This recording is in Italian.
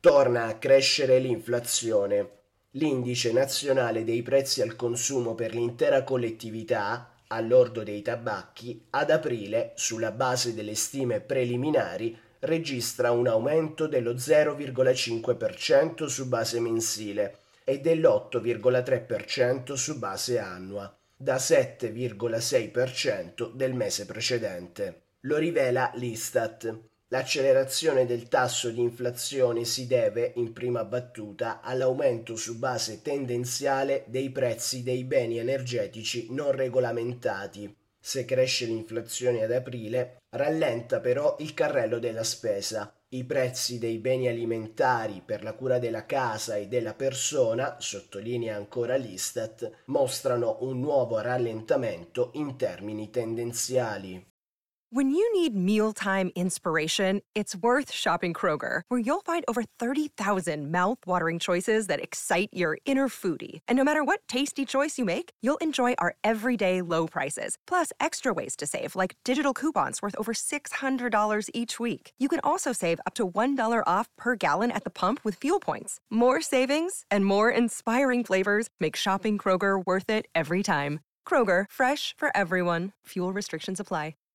Torna a crescere l'inflazione. L'indice nazionale dei prezzi al consumo per l'intera collettività, al lordo dei tabacchi, ad aprile, sulla base delle stime preliminari, registra un aumento dello 0,5% su base mensile e dell'8,3% su base annua, da 7,6% del mese precedente. Lo rivela l'Istat. L'accelerazione del tasso di inflazione si deve, in prima battuta, all'aumento su base tendenziale dei prezzi dei beni energetici non regolamentati. Se cresce l'inflazione ad aprile, rallenta però il carrello della spesa. I prezzi dei beni alimentari per la cura della casa e della persona, sottolinea ancora l'Istat, mostrano un nuovo rallentamento in termini tendenziali. When you need mealtime inspiration, it's worth shopping Kroger, where you'll find over 30,000 mouth-watering choices that excite your inner foodie. And no matter what tasty choice you make, you'll enjoy our everyday low prices, plus extra ways to save, like digital coupons worth over $600 each week. You can also save up to $1 off per gallon at the pump with fuel points. More savings and more inspiring flavors make shopping Kroger worth it every time. Kroger, fresh for everyone. Fuel restrictions apply.